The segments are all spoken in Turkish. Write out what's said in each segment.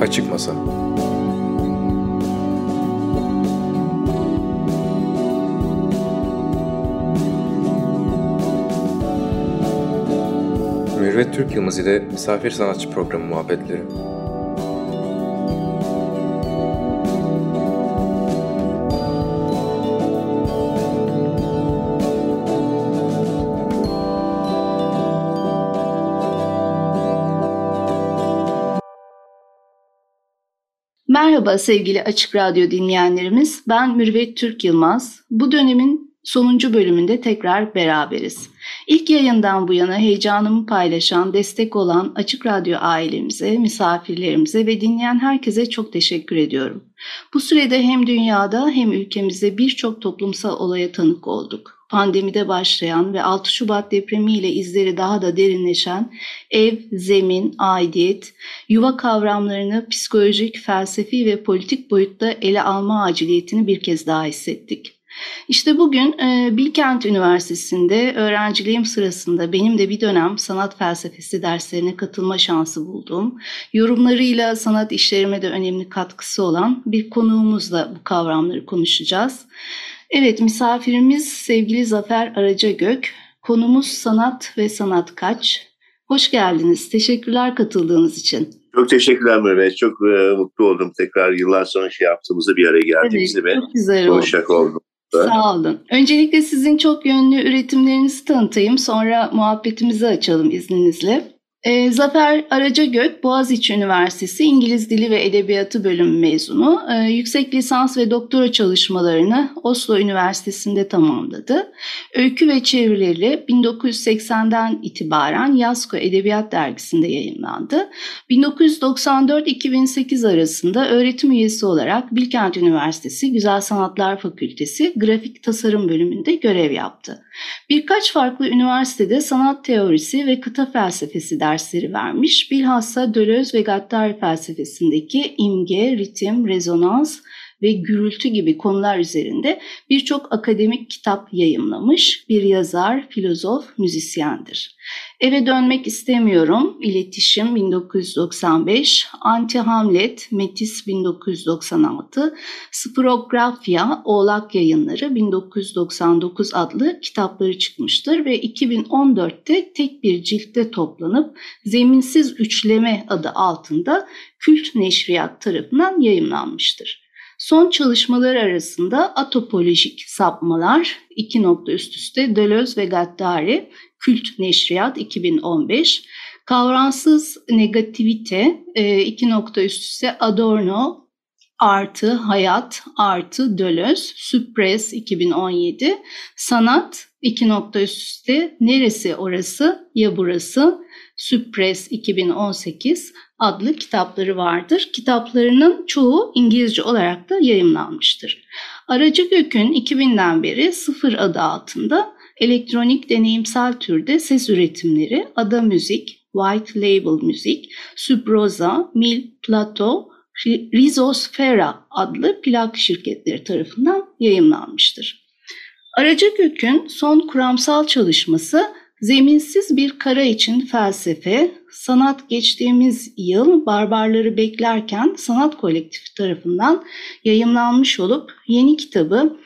Açık Masa. Mürüvvet Türk Yılmaz ile Misafir Sanatçı Programı muhabbetleri. Merhaba sevgili Açık Radyo dinleyenlerimiz, ben Mürüvvet Türk Yılmaz. Bu dönemin sonuncu bölümünde tekrar beraberiz. İlk yayından bu yana heyecanımı paylaşan, destek olan Açık Radyo ailemize, misafirlerimize ve dinleyen herkese çok teşekkür ediyorum. Bu sürede hem dünyada hem ülkemizde birçok toplumsal olaya tanık olduk. Pandemide başlayan ve 6 Şubat depremiyle izleri daha da derinleşen ev, zemin, aidiyet, yuva kavramlarını psikolojik, felsefi ve politik boyutta ele alma aciliyetini bir kez daha hissettik. İşte bugün Bilkent Üniversitesi'nde öğrenciliğim sırasında benim de bir dönem sanat felsefesi derslerine katılma şansı bulduğum, yorumlarıyla sanat işlerime de önemli katkısı olan bir konuğumuzla bu kavramları konuşacağız. Evet, misafirimiz sevgili Zafer Aracagök, konumuz sanat ve sanat kaç. Hoş geldiniz, teşekkürler katıldığınız için. Çok teşekkürler Mehmet, çok mutlu oldum tekrar yıllar sonra yaptığımızda bir araya geldiğimizde evet, çok güzel konuşacak oldum. Sağ olun. Öncelikle sizin çok yönlü üretimlerinizi tanıtayım, sonra muhabbetimizi açalım izninizle. Zafer Aracagök, Boğaziçi Üniversitesi İngiliz Dili ve Edebiyatı bölümü mezunu. Yüksek lisans ve doktora çalışmalarını Oslo Üniversitesi'nde tamamladı. Öykü ve çevirileri 1980'den itibaren Yasko Edebiyat Dergisi'nde yayımlandı. 1994-2008 arasında öğretim üyesi olarak Bilkent Üniversitesi Güzel Sanatlar Fakültesi Grafik Tasarım bölümünde görev yaptı. Birkaç farklı üniversitede sanat teorisi ve kıta felsefesi dersleri vermiş. Bilhassa Deleuze ve Guattari felsefesindeki imge, ritim, rezonans ve gürültü gibi konular üzerinde birçok akademik kitap yayımlamış bir yazar, filozof, müzisyendir. Eve Dönmek İstemiyorum, İletişim 1995, Anti-Hamlet, Metis 1996, Spirografya, Oğlak Yayınları 1999 adlı kitapları çıkmıştır ve 2014'te tek bir ciltte toplanıp Zeminsiz Üçleme adı altında Kült Neşriyat tarafından yayımlanmıştır. Son çalışmalar arasında Atopolojik Sapmalar, Deleuze ve Guattari, Kült Neşriyat 2015, Kavramsız Negativite, Adorno, artı Hayat, artı Deleuze, Süpres 2017, Sanat, Neresi Orası ya Burası, Süpres 2018 adlı kitapları vardır. Kitaplarının çoğu İngilizce olarak da yayımlanmıştır. Aracagök'ün 2000'den beri Sıfır adı altında elektronik deneyimsel türde ses üretimleri Ada Müzik, White Label Müzik, Subroza, Mil Plato, Rizosfera adlı plak şirketleri tarafından yayımlanmıştır. Aracagök'ün son kuramsal çalışması Zeminsiz Bir Kara için Felsefe, sanat geçtiğimiz yıl Barbarları Beklerken Sanat Kolektifi tarafından yayımlanmış olup yeni kitabı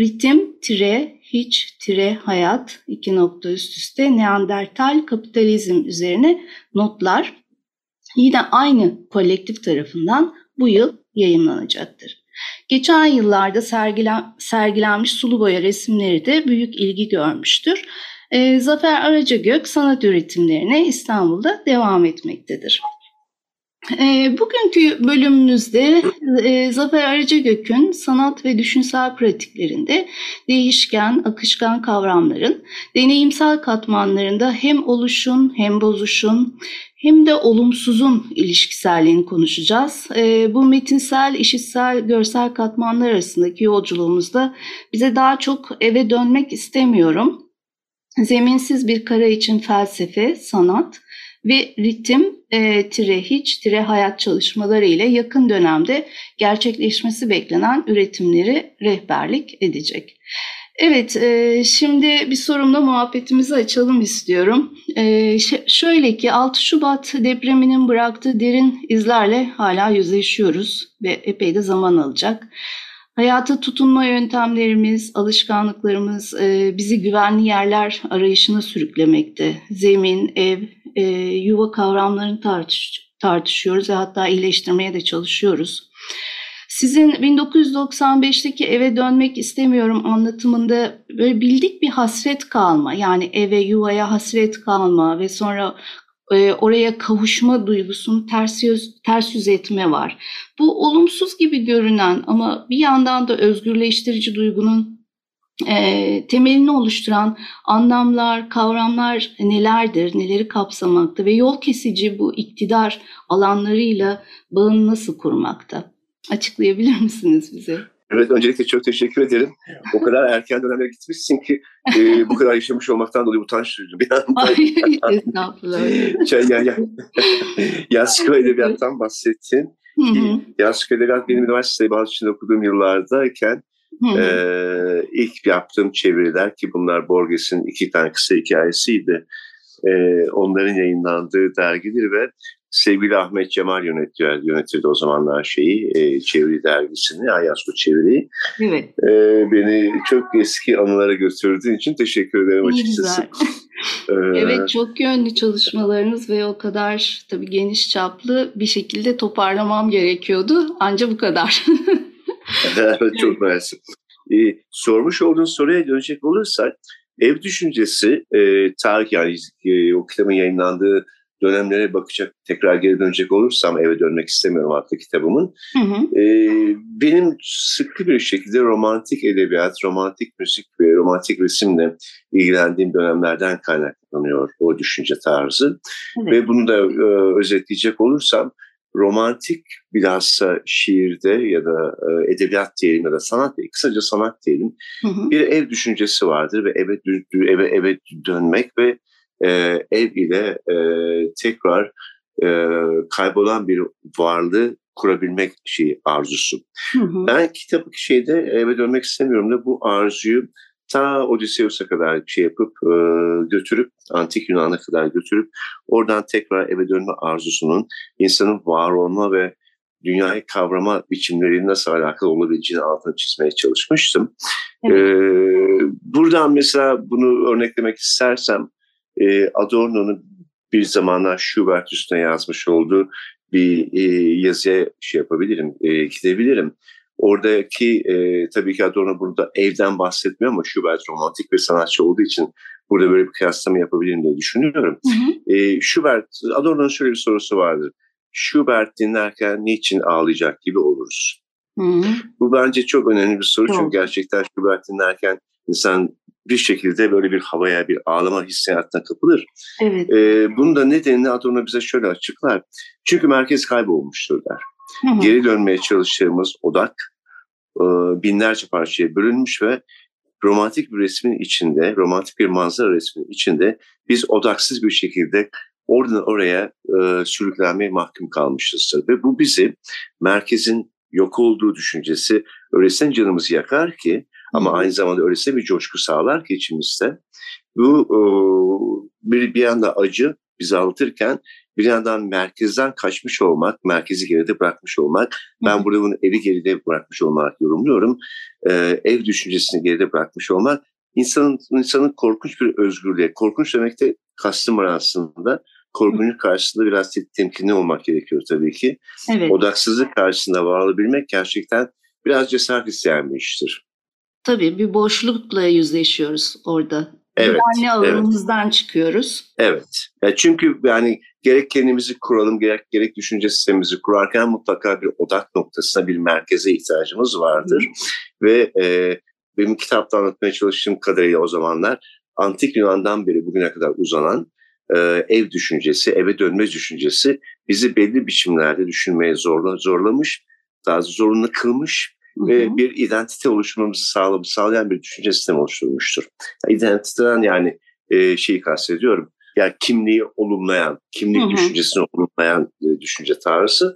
Ritim-Hiç-Hayat Neandertal Kapitalizm üzerine notlar yine aynı kolektif tarafından bu yıl yayımlanacaktır. Geçen yıllarda sergilenmiş sulu boya resimleri de büyük ilgi görmüştür. Zafer Aracagök sanat üretimlerine İstanbul'da devam etmektedir. Bugünkü bölümümüzde Zafer Aracagök'ün sanat ve düşünsel pratiklerinde değişken, akışkan kavramların deneyimsel katmanlarında hem oluşun hem bozuşun hem de olumsuzun ilişkiselliğini konuşacağız. Bu metinsel, işitsel, görsel katmanlar arasındaki yolculuğumuzda bize daha çok eve dönmek istemiyorum. Zeminsiz Bir Kara için Felsefe, Sanat ve Ritim-Hiç-Hayat çalışmaları ile yakın dönemde gerçekleşmesi beklenen üretimleri rehberlik edecek. Evet, şimdi bir sorumla muhabbetimizi açalım istiyorum. Şöyle ki 6 Şubat depreminin bıraktığı derin izlerle hala yüzleşiyoruz ve epey de zaman alacak. Hayata tutunma yöntemlerimiz, alışkanlıklarımız bizi güvenli yerler arayışına sürüklemekte. Zemin, ev, yuva kavramlarını tartışıyoruz ve hatta iyileştirmeye de çalışıyoruz. Sizin 1995'teki eve dönmek istemiyorum anlatımında böyle bildik bir hasret kalma, yani eve, yuvaya hasret kalma ve sonra oraya kavuşma duygusunu ters yüz etme var. Bu olumsuz gibi görünen ama bir yandan da özgürleştirici duygunun temelini oluşturan anlamlar, kavramlar nelerdir, neleri kapsamakta ve yol kesici bu iktidar alanlarıyla bağını nasıl kurmakta? Açıklayabilir misiniz bize? Evet, öncelikle çok teşekkür ederim. O kadar erken dönemlere gitmişsin ki bu kadar yaşamış olmaktan dolayı utanç duydum bir anda. Ay, estağfurullah. Yaskı Edebiyat'tan bahsettin. Yaskı Edebiyat benim üniversitede Boğaziçi'nde okuduğum yıllardayken ilk yaptığım çeviriler, ki bunlar Borges'in 2 tane kısa hikayesiydi. Onların yayınlandığı dergidir ve sevgili Ahmet Cemal yönetirdi o zamanlar Çeviri dergisini, Ayasko Çeviri'yi. Evet. Beni çok eski anılara götürdüğün için teşekkür ederim açıkçası. Evet, çok yönlü çalışmalarınız ve o kadar tabii geniş çaplı bir şekilde toparlamam gerekiyordu. Anca bu kadar. Evet, çok mersi. Sormuş olduğun soruya dönecek olursak, ev düşüncesi tarih, yani o kitabın yayınlandığı dönemlere tekrar geri dönecek olursam, eve dönmek istemiyorum adlı kitabımın. Benim sıkı bir şekilde romantik edebiyat, romantik müzik ve romantik resimle ilgilendiğim dönemlerden kaynaklanıyor o düşünce tarzı. Evet. Ve bunu da özetleyecek olursam, romantik bilhassa şiirde ya da edebiyat diyelim ya da sanat, kısaca sanat diyelim, bir ev düşüncesi vardır ve eve dönmek ve ev ile tekrar kaybolan bir varlığı kurabilmek arzusu. Ben kitabı eve dönmek istemiyorum da bu arzuyu ta Odysseus'a kadar götürüp, Antik Yunan'a kadar götürüp oradan tekrar eve dönme arzusunun insanın var olma ve dünyayı kavrama biçimleriyle nasıl alakalı olabileceğini altını çizmeye çalışmıştım. Evet. Buradan mesela bunu örneklemek istersem, Adorno'nun bir zamanlar Schubert üstüne yazmış olduğu bir yazıya gidebilirim. Oradaki tabii ki Adorno burada evden bahsetmiyor ama Schubert romantik bir sanatçı olduğu için burada böyle bir kıyaslama yapabilirim diye düşünüyorum. Adorno'nun şöyle bir sorusu vardır. Schubert dinlerken niçin ağlayacak gibi oluruz? Bu bence çok önemli bir soru, çünkü gerçekten Schubert dinlerken insan bir şekilde böyle bir havaya, bir ağlama hissiyatına kapılır. Evet. Bunun da nedenini Adorno bize şöyle açıklar. Çünkü merkez kaybolmuştur der. Geri dönmeye çalıştığımız odak binlerce parçaya bölünmüş ve romantik bir resmin içinde, romantik bir manzara resminin içinde biz odaksız bir şekilde oradan oraya sürüklenmeye mahkum kalmışızdır. Ve bu bizi merkezin yok olduğu düşüncesi öylesine canımızı yakar ki, ama aynı zamanda öylesine bir coşku sağlar ki içimizde. Bu bir yanda acı bizi ağlatırken, bir yandan merkezden kaçmış olmak, merkezi geride bırakmış olmak, ben burada bunu evi geride bırakmış olmak yorumluyorum. Ev düşüncesini geride bırakmış olmak, insanın korkunç bir özgürlüğe, korkunç demek de kastım var aslında. Korkunun karşısında biraz temkinli olmak gerekiyor tabii ki. Evet. Odaksızlık karşısında var olabilmek gerçekten biraz cesaret isteyen bir iştir. Tabii bir boşlukla yüzleşiyoruz orada. Evet, güvenli alanımızdan çıkıyoruz. Evet. Çünkü yani gerek kendimizi kuralım, gerek düşünce sistemimizi kurarken mutlaka bir odak noktasına, bir merkeze ihtiyacımız vardır. Ve benim kitapta anlatmaya çalıştığım kadarıyla o zamanlar Antik Yunan'dan beri bugüne kadar uzanan ev düşüncesi, eve dönme düşüncesi bizi belli biçimlerde düşünmeye zorlamış, daha zorunlu kılmış. Ve bir identite oluşturmamızı sağlayan bir düşünce sistemi oluşturmuştur. İdentiteden yani kastediyorum. Yani kimliği olumlayan, kimlik düşüncesini olumlayan düşünce tarzı.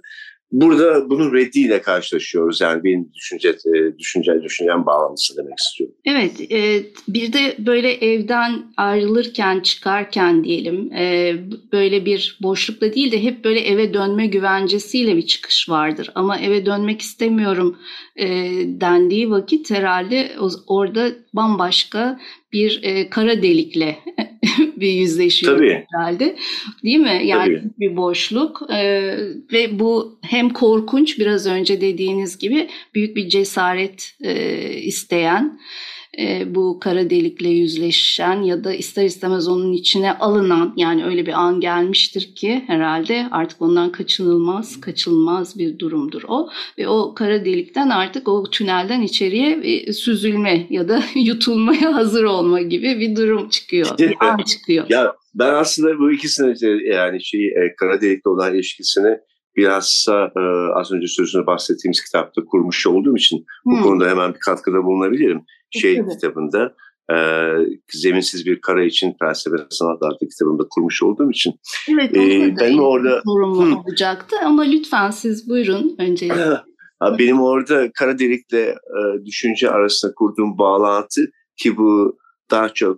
burada bunun reddiyle karşılaşıyoruz. Yani benim düşüncem bağlantısı demek istiyorum. Evet, bir de böyle evden ayrılırken, çıkarken diyelim, böyle bir boşlukla değil de hep böyle eve dönme güvencesiyle bir çıkış vardır. Ama eve dönmek istemiyorum dendiği vakit herhalde orada bambaşka bir kara delikle bir yüzleşiyor herhalde, değil mi? Yani Tabii. bir boşluk ve bu hem korkunç, biraz önce dediğiniz gibi büyük bir cesaret isteyen, bu kara delikle yüzleşen ya da ister istemez onun içine alınan, yani öyle bir an gelmiştir ki herhalde artık ondan kaçınılmaz bir durumdur o. Ve o kara delikten artık o tünelden içeriye süzülme ya da yutulmaya hazır olma gibi bir durum çıkıyor. Bir an çıkıyor. Ya ben aslında bu ikisini, yani kara delikle olan ilişkisini bilhassa az önce sözünü bahsettiğimiz kitapta kurmuş olduğum için bu konuda hemen bir katkıda bulunabilirim. Kitabında Zeminsiz Bir Kara için Felsefe Sanat adlı kitabında kurmuş olduğum için. Evet, benim orada olacaktı ama lütfen siz buyurun öncelikle. Benim orada kara delikle düşünce arasında kurduğum bağlantı, ki bu daha çok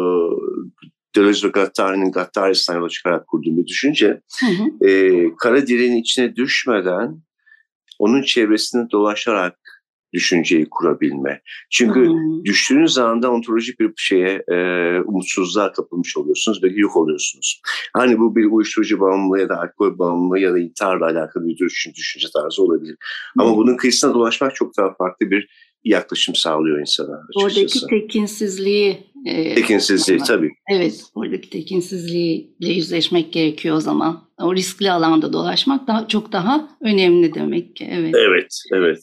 Deleuze ve Guattari'sinden yola çıkarak kurduğum bir düşünce. Kara deliğin içine düşmeden onun çevresinde dolaşarak düşünceyi kurabilme. Çünkü düştüğünüz anda ontolojik bir umutsuzluğa kapılmış oluyorsunuz ve yok oluyorsunuz. Hani bu bir uyuşturucu bağımlılığı ya da alkol bağımlılığı ya da intiharla alakalı bir düşünce tarzı olabilir. Ama bunun kıyısına dolaşmak çok daha farklı bir yaklaşım sağlıyor insana açıkçası. Oradaki tekinsizliği tabii. Evet, oradaki tekinsizliğiyle yüzleşmek gerekiyor o zaman. O riskli alanda dolaşmak çok daha önemli demek ki. Evet.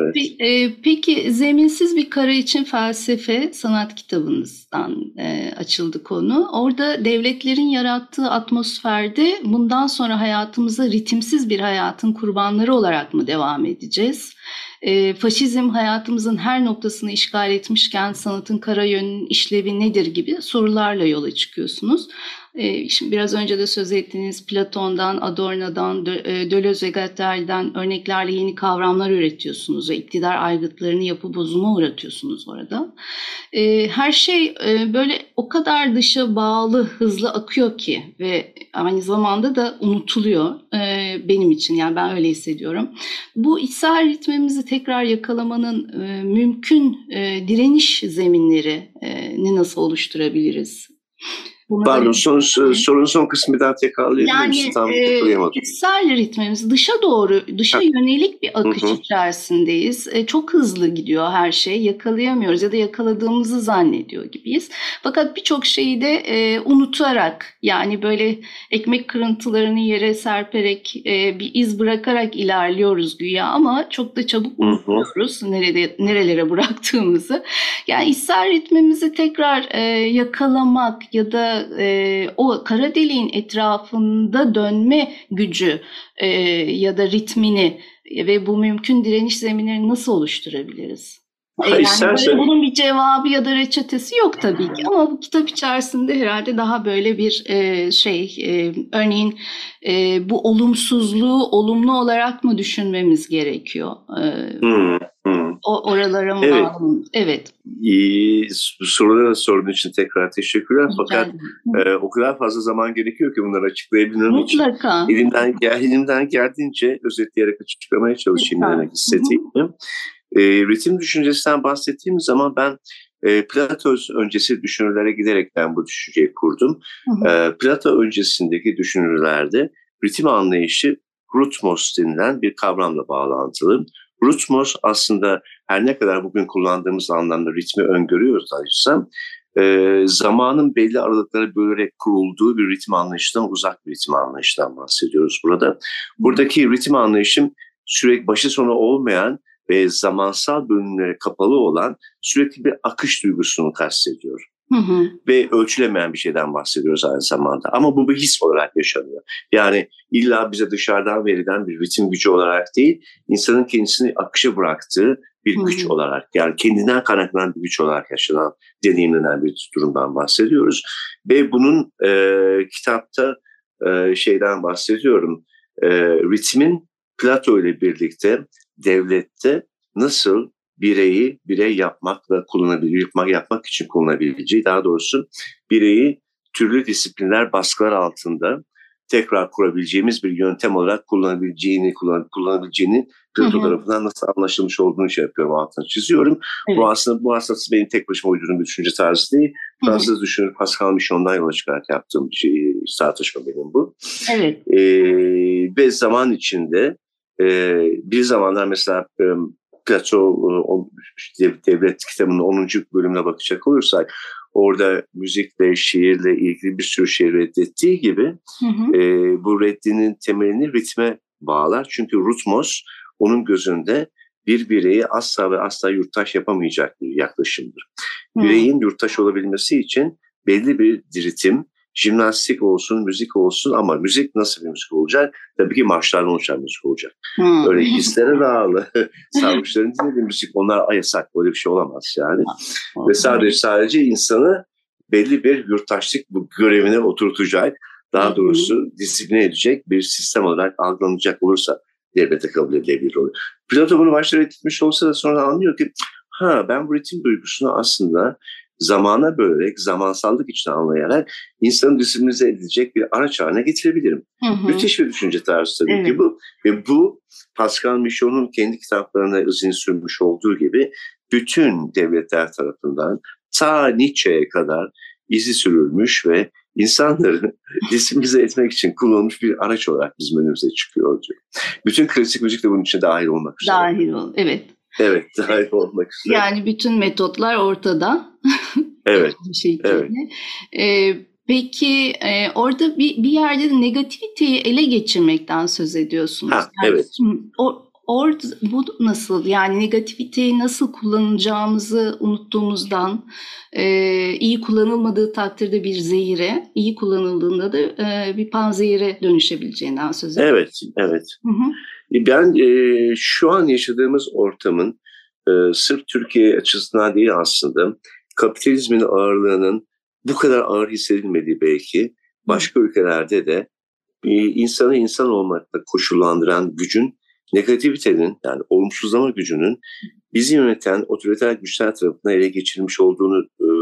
Peki Zeminsiz Bir Kara için Felsefe sanat kitabınızdan açıldı konu. Orada devletlerin yarattığı atmosferde bundan sonra hayatımıza ritimsiz bir hayatın kurbanları olarak mı devam edeceğiz? Faşizm hayatımızın her noktasını işgal etmişken sanatın kara yönünün işlevi nedir gibi sorularla yola çıkıyorsunuz. Şimdi biraz önce de söz ettiğiniz Platon'dan, Adorno'dan, Deleuze ve Guattari'den örneklerle yeni kavramlar üretiyorsunuz ve iktidar aygıtlarını yapı bozuma uğratıyorsunuz orada. Her şey böyle o kadar dışa bağlı, hızlı akıyor ki ve aynı zamanda da unutuluyor benim için. Yani ben öyle hissediyorum. Bu içsel ritmimizi tekrar yakalamanın mümkün direniş zeminlerini nasıl oluşturabiliriz? Pardon, sorunun son kısmı bir daha tekrarlayabilir misin? Tam hatırlayamadım. İçsel ritmimiz dışa yönelik bir akış içerisindeyiz. Çok hızlı gidiyor her şey. Yakalayamıyoruz ya da yakaladığımızı zannediyor gibiyiz. Fakat birçok şeyi de unutarak, yani böyle ekmek kırıntılarını yere serperek, bir iz bırakarak ilerliyoruz güya ama çok da çabuk unutuyoruz nerelere bıraktığımızı. Yani içsel ritmimizi tekrar yakalamak ya da o kara deliğin etrafında dönme gücü ya da ritmini ve bu mümkün direniş zeminlerini nasıl oluşturabiliriz? Yani bunun bir cevabı ya da reçetesi yok tabii ki ama bu kitap içerisinde herhalde daha böyle bir örneğin bu olumsuzluğu olumlu olarak mı düşünmemiz gerekiyor? Oralara mı bağlı? Evet. Soruları sorduğun için tekrar teşekkürler. Fakat o kadar fazla zaman gerekiyor ki bunları açıklayabilmem için. Mutlaka. Elimden geldiğince özetleyerek açıklamaya çalışayım demek istediğim. Ritim düşüncesinden bahsettiğim zaman ben Plato öncesi düşünürlere giderek ben bu düşünceyi kurdum. Plato öncesindeki düşünürlerde ritim anlayışı rutmos denilen bir kavramla bağlantılı. Rutmos aslında her ne kadar bugün kullandığımız anlamda ritmi öngörüyoruz daysam, zamanın belli aralıklara bölerek kurulduğu bir ritim anlayışından uzak bir ritim anlayışından bahsediyoruz burada. Buradaki ritim anlayışım sürekli başı sonu olmayan ve zamansal bölümlere kapalı olan sürekli bir akış duygusunu kastediyor. Ve ölçülemeyen bir şeyden bahsediyoruz aynı zamanda. Ama bu bir his olarak yaşanıyor. Yani illa bize dışarıdan verilen bir ritim gücü olarak değil, insanın kendisini akışa bıraktığı bir güç olarak, yani kendinden kaynaklanan bir güç olarak yaşanan, deneyimlenen bir durumdan bahsediyoruz. Ve bunun kitapta şeyden bahsediyorum, ritmin Plato ile birlikte devlette nasıl bireyi birey yapmakla yapmak için kullanabileceği, daha doğrusu bireyi türlü disiplinler, baskılar altında tekrar kurabileceğimiz bir yöntem olarak kullanabileceğinin Plato tarafından nasıl anlaşılmış olduğunu yapıyorum, altını çiziyorum. Evet. Bu aslında benim tek başıma uydurduğum bir düşünce tarzı değil. Fransız düşünür Pascal Michon'dan yola çıkarak yaptığım bir tartışma benim bu. Evet. Ve zaman içinde bir zamanlar mesela Plato Devlet kitabının 10. bölümüne bakacak olursak, orada müzikle, şiirle ilgili bir sürü şey reddettiği gibi bu reddinin temelini ritme bağlar. Çünkü rutmos onun gözünde bir bireyi asla ve asla yurttaş yapamayacak bir yaklaşımdır. Bireyin yurttaş olabilmesi için belli bir ritim, jimnastik olsun, müzik olsun, ama müzik nasıl bir müzik olacak? Tabii ki marşlarla oluşan müzik olacak. Öyle hislere bağlı, sarhoşların dinlediği müzik, onlar yasak. Böyle bir şey olamaz yani. Ve sadece insanı belli bir yurttaşlık görevine oturtacak, daha doğrusu disipline edecek bir sistem olarak algılanacak olursa devlete kabul edilebilir oluyor. Plato bunu başta reddetmiş olsa da sonra anlıyor ki ben bu ritim duygusunu aslında zamana bölerek, zamansallık içinde anlayarak insanı disiplinize edilecek bir araç haline getirebilirim. Müthiş bir düşünce tarzı tabii ki bu. Ve bu Pascal Michon'un kendi kitaplarına izin sürmüş olduğu gibi bütün devletler tarafından ta Nietzsche'ye kadar izi sürülmüş ve insanları disiplinize etmek için kullanılmış bir araç olarak bizim önümüze çıkıyor diyor. Bütün klasik müzik de bunun içine dahil olmak üzere. Evet. Evet, dahil olmak üzere. Yani bütün metotlar ortada. Evet. Evet. Peki orada bir yerde de negativiteyi ele geçirmekten söz ediyorsunuz. Evet. Orada bu nasıl? Yani negativiteyi nasıl kullanacağımızı unuttuğumuzdan, iyi kullanılmadığı takdirde bir zehire, iyi kullanıldığında da bir panzehire dönüşebileceğinden söz ediyorsunuz. Evet. Ben şu an yaşadığımız ortamın sırf Türkiye açısından değil aslında, kapitalizmin ağırlığının bu kadar ağır hissedilmediği belki başka ülkelerde de insanı insan olmakla koşullandıran gücün, negativitenin, yani olumsuzlama gücünün bizi yöneten otoriter güçler tarafından ele geçirilmiş olduğunu,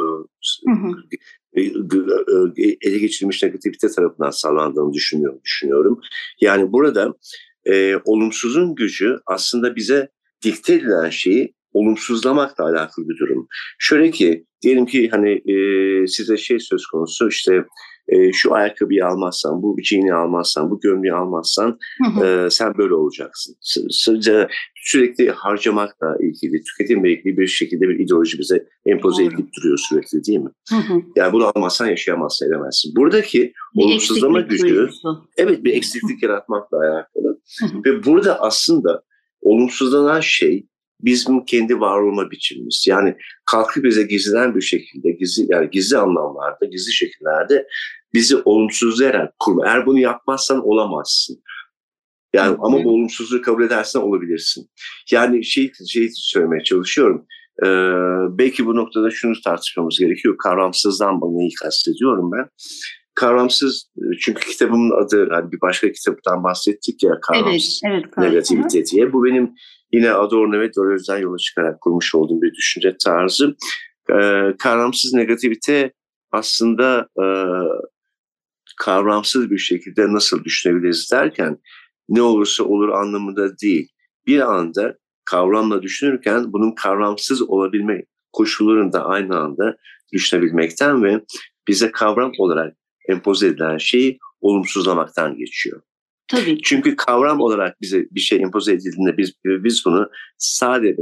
ele geçirilmiş negativite tarafından sağlandığını düşünüyorum. Yani burada olumsuzun gücü aslında bize dikte edilen şeyi olumsuzlamakla alakalı bir durum. Şöyle ki, diyelim ki size söz konusu, işte şu ayakkabıyı almazsan, bu jean'i almazsan, bu gömleği almazsan sen böyle olacaksın. Sürekli harcamakla ilgili, tüketimle ilgili bir şekilde bir ideoloji bize empoze edilip duruyor sürekli, değil mi? Yani bunu almazsan yaşayamazsın, edemezsin. Buradaki olumsuzlama gücü, bir eksiklik yaratmakla alakalı. Ve burada aslında olumsuzlanan şey bizim kendi var olma biçimimiz. Yani kalkıp bize gizlenen bir şekilde, gizli anlamlarda, gizli şekillerde bizi olumsuzlayarak kurma. Eğer bunu yapmazsan olamazsın. Yani ama bu olumsuzluğu kabul edersen olabilirsin. Yani şey söylemeye çalışıyorum. Belki bu noktada şunu tartışmamız gerekiyor. Kavramsızdan neyi kastediyorum ben? Kavramsız, çünkü kitabımın adı, bir başka kitaptan bahsettik ya, kavramsız negativite diye. Bu benim yine Adorno ve Deleuze'den yola çıkarak kurmuş olduğum bir düşünce tarzı. Kavramsız negativite aslında kavramsız bir şekilde nasıl düşünebiliriz derken, ne olursa olur anlamında değil. Bir anda kavramla düşünürken bunun kavramsız olabilme koşullarını da aynı anda düşünebilmekten ve bize kavram olarak empoze edilen şeyi olumsuzlamaktan geçiyor. Tabii. Çünkü kavram olarak bize bir şey empoze edildiğinde biz bunu sadece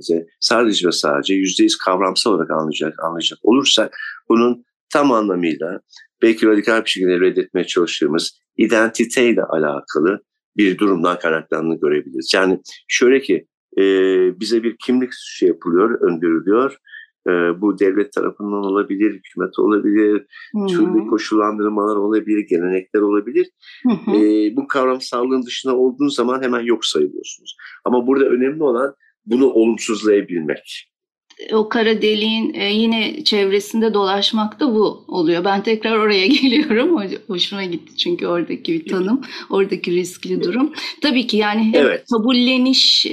%100 kavramsal olarak anlayacak olursak, bunun tam anlamıyla belki radikal bir şekilde reddetmeye çalıştığımız identiteyle alakalı bir durumdan kaynaklandığını görebiliriz. Yani şöyle ki, bize bir kimlik öngörülüyor. Bu devlet tarafından olabilir, hükümet olabilir, türlü koşullandırmalar olabilir, gelenekler olabilir. Bu kavramsallığın dışında olduğun zaman hemen yok sayılıyorsunuz. Ama burada önemli olan bunu olumsuzlayabilmek. o kara deliğin yine çevresinde dolaşmak da bu oluyor. Ben tekrar oraya geliyorum. Hoşuma gitti çünkü oradaki bir tanım, oradaki riskli durum. Tabii ki yani hep kabulleniş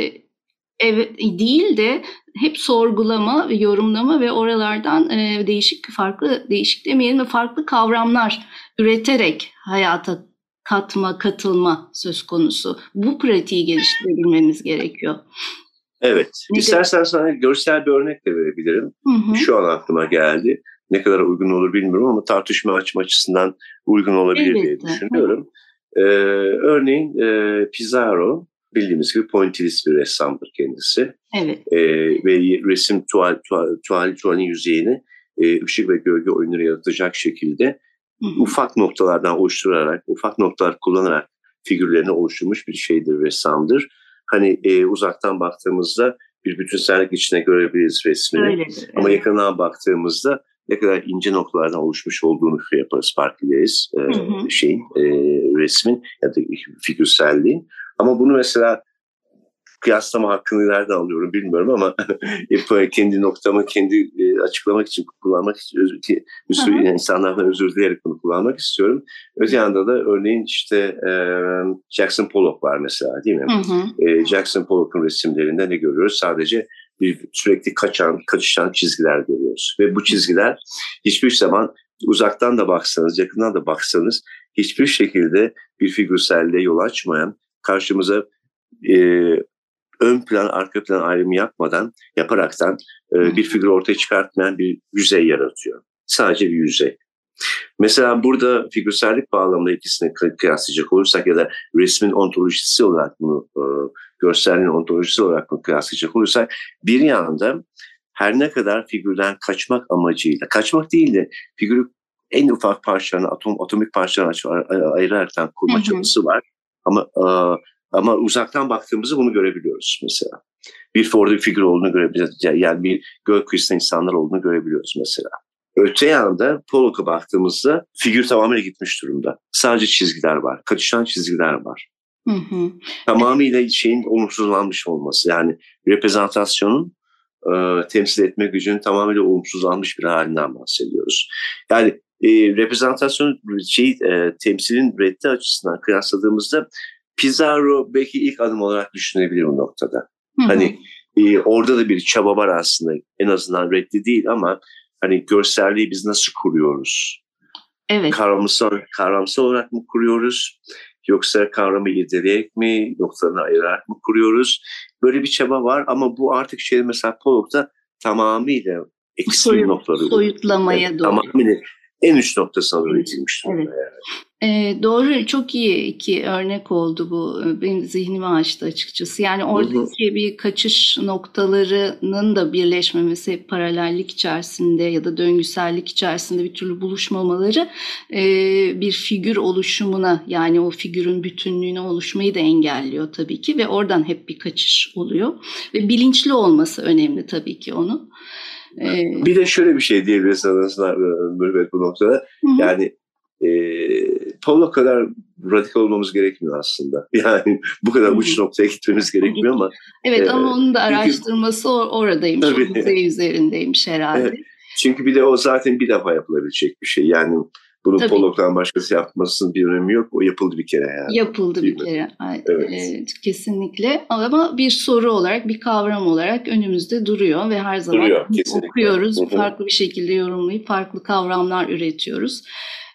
değil de hep sorgulama ve yorumlama ve oralardan değişik demeyelim de farklı kavramlar üreterek hayata katılma söz konusu. Bu pratiği geliştirebilmemiz gerekiyor. Evet. İstersen sana görsel bir örnek de verebilirim. Şu an aklıma geldi. Ne kadar uygun olur bilmiyorum ama tartışma açısından uygun olabilir diye düşünüyorum. Örneğin Pizarro bildiğimiz gibi pointillist bir ressamdır kendisi. Evet. Ve resim tuvalin yüzeyini ışık ve gölge oyunları yaratacak şekilde ufak noktalardan oluşturarak, ufak noktalar kullanarak figürlerini oluşturmuş bir şeydir, ressamdır. Hani uzaktan baktığımızda bir bütünsellik içine görebiliriz resmini. Öyledir, ama yakından baktığımızda ne kadar ince noktalardan oluşmuş olduğunu yaparız, fark ederiz resmin ya da figürselliğin. Ama bunu mesela kıyaslama hakkını nereden alıyorum bilmiyorum ama kendi noktamı açıklamak için kullanmak için insanlardan özür dileyerek bunu kullanmak istiyorum. Öte yanda da örneğin işte Jackson Pollock var mesela, değil mi? Jackson Pollock'un resimlerinde ne görüyoruz? Sadece sürekli kaçışan çizgiler görüyoruz. Ve bu çizgiler hiçbir zaman uzaktan da baksanız, yakından da baksanız hiçbir şekilde bir figürselliğe yol açmayan, karşımıza ön plan, arka plan ayrımı yaparaktan bir figür ortaya çıkartmayan bir yüzey yaratıyor. Sadece bir yüzey. Mesela burada figürsellik bağlamında ikisini kıyaslayacak olursak ya da resmin ontolojisi olarak bunu, görselliğin ontolojisi olarak bunu kıyaslayacak olursak, bir yanda her ne kadar figürden kaçmak amacıyla, kaçmak değil de figürü en ufak parçalarına, atomik parçalarına ayıraraktan kurma çabası var. Ama uzaktan baktığımızda bunu görebiliyoruz mesela. Orada bir figür olduğunu görebiliyoruz. Yani bir gökyüzünde insanlar olduğunu görebiliyoruz mesela. Öte yanda Pollock'a baktığımızda figür tamamıyla gitmiş durumda. Sadece çizgiler var. Kaçışan çizgiler var. Tamamıyla şeyin olumsuzlanmış olması. Yani reprezentasyonun temsil etme gücünün tamamıyla olumsuzlanmış bir halinden bahsediyoruz. Yani reprezentasyon temsilin reddi açısından kıyasladığımızda Pizarro belki ilk adım olarak düşünebilir bu noktada. Hani orada da bir çaba var aslında. En azından reddi değil ama hani görselliği biz nasıl kuruyoruz? Evet. Kavramsal olarak mı kuruyoruz? Yoksa kavramı irdeleyerek mi, noktalarını ayırarak mı kuruyoruz? Böyle bir çaba var ama bu artık mesela Pollock'ta tamamıyla ekstrem noktaları. Soyutlamaya doğru. Tamamıyla en üst noktasına doğru gidilmiş durumda yani. Doğru, çok iyi iki örnek oldu bu. Benim zihnimi açtı açıkçası. Yani oradaki bir kaçış noktalarının da birleşmemesi, paralellik içerisinde ya da döngüsellik içerisinde bir türlü buluşmamaları bir figür oluşumuna, yani o figürün bütünlüğüne oluşmayı da engelliyor tabii ki ve oradan hep bir kaçış oluyor. Ve bilinçli olması önemli tabii ki onun. Bir de şöyle bir şey diyebiliriz bu noktada. Yani Pollock kadar radikal olmamız gerekmiyor aslında. Yani bu kadar uç noktaya gitmemiz gerekmiyor ama. Evet ama onun da araştırması oradaymış. O yüzey üzerindeymiş herhalde. Evet, çünkü bir de o zaten bir defa yapılabilecek bir şey. Yani bunu Pollock'tan başkası yapmasının bir önemi yok. O yapıldı bir kere yani. Yapıldı bir kere. Evet. Kesinlikle. Ama bir soru olarak, bir kavram olarak önümüzde duruyor ve her zaman okuyoruz. Farklı bir şekilde yorumlayıp farklı kavramlar üretiyoruz.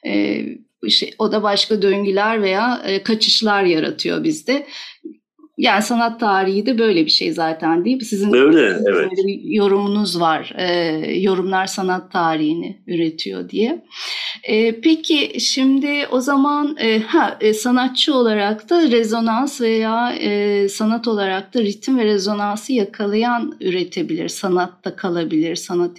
O da başka döngüler veya kaçışlar yaratıyor bizde. Yani sanat tarihi de böyle bir şey zaten, değil mi? Sizin evet. bir yorumunuz var. Yorumlar sanat tarihini üretiyor diye. Peki şimdi o zaman sanatçı olarak da rezonans veya sanat olarak da ritim ve rezonansı yakalayan üretebilir. Sanatta kalabilir, sanat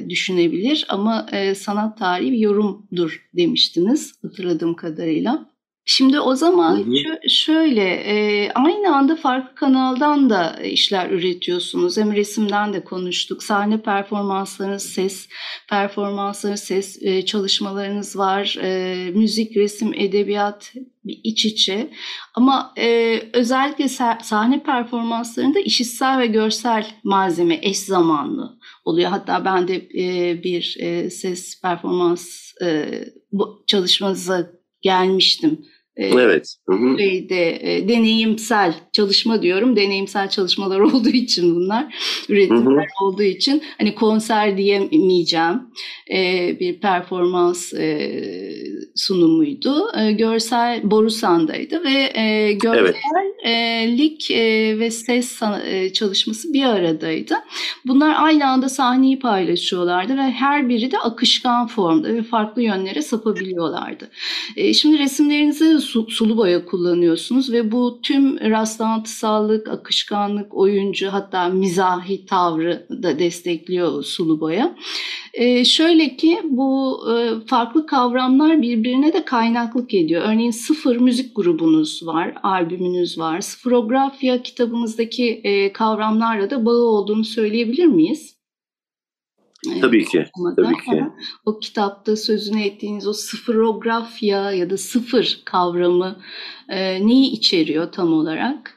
düşünebilir ama sanat tarihi bir yorumdur demiştiniz hatırladığım kadarıyla. Şimdi o zaman şöyle aynı anda farklı kanaldan da işler üretiyorsunuz. Hem resimden de konuştuk. Sahne performanslarınız, ses performanslarınız, ses çalışmalarınız var. Müzik, resim, edebiyat iç içe. Ama özellikle sahne performanslarında işitsel ve görsel malzeme eş zamanlı oluyor. Hatta ben de bir ses performans çalışmanıza gelmiştim. Evet. Deneyimsel çalışma diyorum. Deneyimsel çalışmalar olduğu için bunlar. Üretimler olduğu için. Hani konser diyemeyeceğim. Bir performans sunumuydu. Görsel Borusan'daydı ve görsellik ve ses çalışması bir aradaydı. Bunlar aynı anda sahneyi paylaşıyorlardı ve her biri de akışkan formda ve farklı yönlere sapabiliyorlardı. Şimdi resimlerinizi sulu boya kullanıyorsunuz ve bu tüm rastlantısallık, akışkanlık, oyuncu hatta mizahi tavrı da destekliyor sulu boya. Şöyle ki bu farklı kavramlar birbirine de kaynaklık ediyor. Örneğin Sıfır müzik grubunuz var, albümünüz var. Sıfırografya kitabımızdaki kavramlarla da bağı olduğunu söyleyebilir miyiz? Tabii ki. Tabii ki. O kitapta sözünü ettiğiniz o sıfırografya ya da sıfır kavramı neyi içeriyor tam olarak?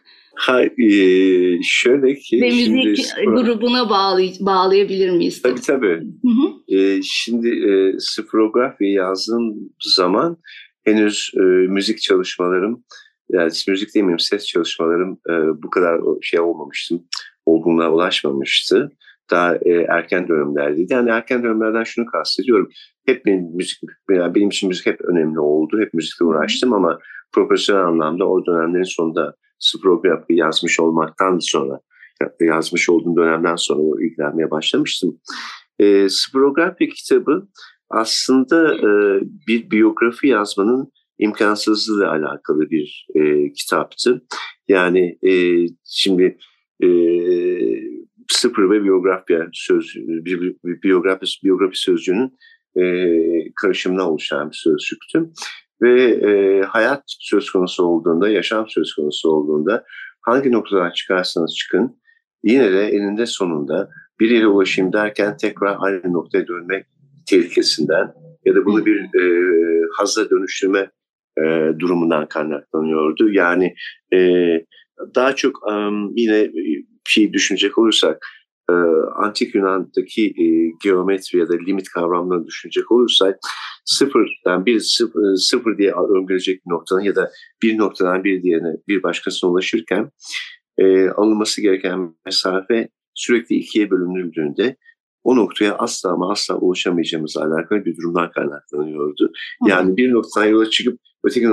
Şöyle ki... Ve müzik grubuna bağlayabilir miyiz? Tabii. Şimdi sıfırografya yazdığım zaman henüz müzik çalışmalarım, yani müzik demeyeyim, ses çalışmalarım bu kadar olmamıştım, olgunluğa ulaşmamıştı. Daha erken dönemlerdeydi. Yani erken dönemlerden şunu kastediyorum. Hep benim için müzik hep önemli oldu. Hep müzikle uğraştım ama profesyonel anlamda o dönemlerin sonunda sıfırografya yazmış olmaktan sonra, yazmış olduğum dönemden sonra ilgilenmeye başlamıştım. Sıfırografya kitabı aslında bir biyografi yazmanın imkansızlığıyla alakalı bir kitaptı. Yani şimdi sıfır ve biyografi sözcüğünün karışımına oluşan bir sözcüktü. Ve hayat söz konusu olduğunda, yaşam söz konusu olduğunda hangi noktadan çıkarsanız çıkın, yine de eninde sonunda bir yere ulaşayım derken tekrar aynı noktaya dönmek tehlikesinden ya da bunu bir hazza dönüştürme durumundan kaynaklanıyordu. Yani daha çok yine düşünecek olursak, Antik Yunan'daki geometri ya da limit kavramlarını düşünecek olursak sıfır diye öngörecek bir noktadan ya da bir noktadan bir diğerine bir başkasına ulaşırken alınması gereken mesafe sürekli ikiye bölünüldüğünde o noktaya asla ama asla ulaşamayacağımızla alakalı bir durumdan kaynaklanıyordu. Yani bir noktadan yola çıkıp öteki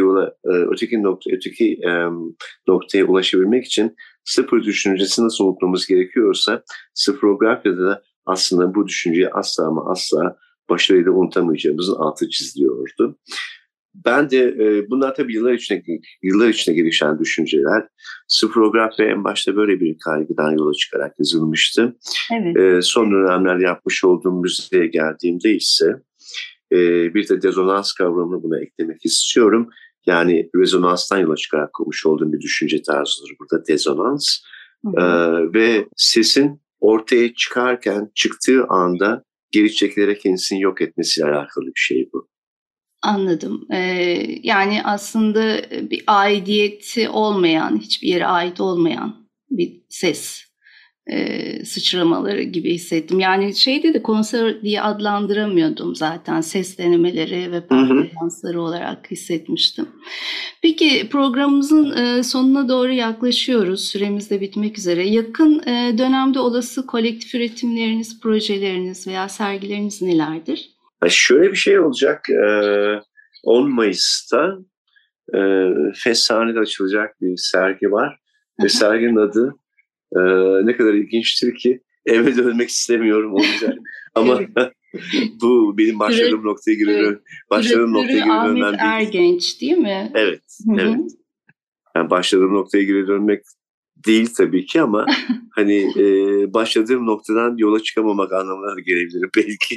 noktaya ulaşabilmek için sıfır düşüncesi nasıl unutmamız gerekiyorsa sıfırografyada da aslında bu düşünceyi asla ama asla başarıyla unutamayacağımızın altı çiziliyordu. Ben de bunlar tabii yıllar içinde gelişen düşünceler. Sıfırografya en başta böyle bir kaygıdan yola çıkarak yazılmıştı. Evet. Son dönemlerde yapmış olduğum müziğe geldiğimde ise bir de rezonans kavramını buna eklemek istiyorum. Yani rezonanstan yola çıkarak kurmuş olduğum bir düşünce tarzıdır burada rezonans. Ve sesin ortaya çıktığı anda geri çekilerek kendisini yok etmesiyle alakalı bir şey bu. Anladım. Yani aslında bir aidiyeti olmayan, hiçbir yere ait olmayan bir ses sıçramaları gibi hissettim. Yani de konser diye adlandıramıyordum zaten. Ses denemeleri ve performansları olarak hissetmiştim. Peki programımızın sonuna doğru yaklaşıyoruz. Süremiz de bitmek üzere. Yakın dönemde olası kolektif üretimleriniz, projeleriniz veya sergileriniz nelerdir? Şöyle bir şey olacak. 10 Mayıs'ta Feshane'de açılacak bir sergi var. Ve serginin adı ne kadar ilginçtir ki eve dönmek istemiyorum olacak. Ama bu benim başladığım noktaya geri Ahmet Ergenç değil mi? Evet. Yani başladığım noktaya geri dönmek değil tabii ki ama hani başladığım noktadan yola çıkamamak anlamına da gelebilir belki.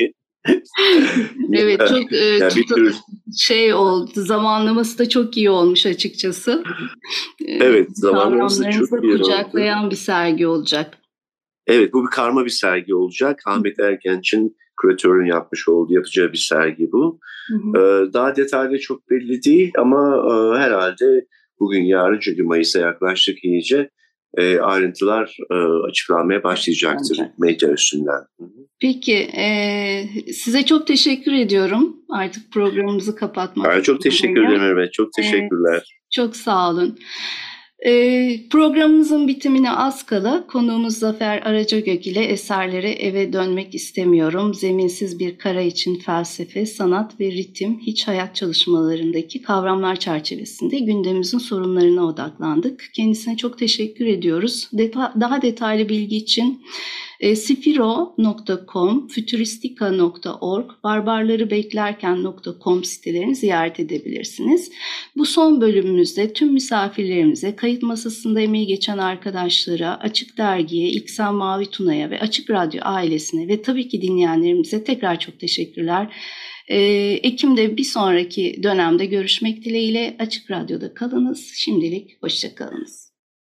Evet, çok Yani bir tür... şey oldu. Zamanlaması da çok iyi olmuş açıkçası. Evet, zamanlaması da çok iyi oldu. Kucaklayan bir sergi olacak. Evet, bu bir karma bir sergi olacak. Ahmet Ergenç'in küratörün yapacağı bir sergi bu. Daha detaylı çok belli değil ama herhalde bugün yarın, çünkü Mayıs'a yaklaştık iyice, ayrıntılar açıklanmaya başlayacaktır medya üstünden. Peki, size çok teşekkür ediyorum. Artık programımızı kapatmak. Ben çok teşekkür ederim Mehmet. Çok teşekkürler. Çok sağ olun. Programımızın bitimine az kala konuğumuz Zafer Aracagök ile eserlere eve dönmek istemiyorum. Zeminsiz bir kara için felsefe, sanat ve ritim, hiç hayat çalışmalarındaki kavramlar çerçevesinde gündemimizin sorunlarına odaklandık. Kendisine çok teşekkür ediyoruz. Daha detaylı bilgi için sifiro.com, futuristika.org, barbarlarıbeklerken.com sitelerini ziyaret edebilirsiniz. Bu son bölümümüzde tüm misafirlerimize, kayıt masasında emeği geçen arkadaşlara, Açık Dergi'ye, İksan Mavi Tuna'ya ve Açık Radyo ailesine ve tabii ki dinleyenlerimize tekrar çok teşekkürler. Ekim'de bir sonraki dönemde görüşmek dileğiyle. Açık Radyo'da kalınız. Şimdilik hoşça kalınız.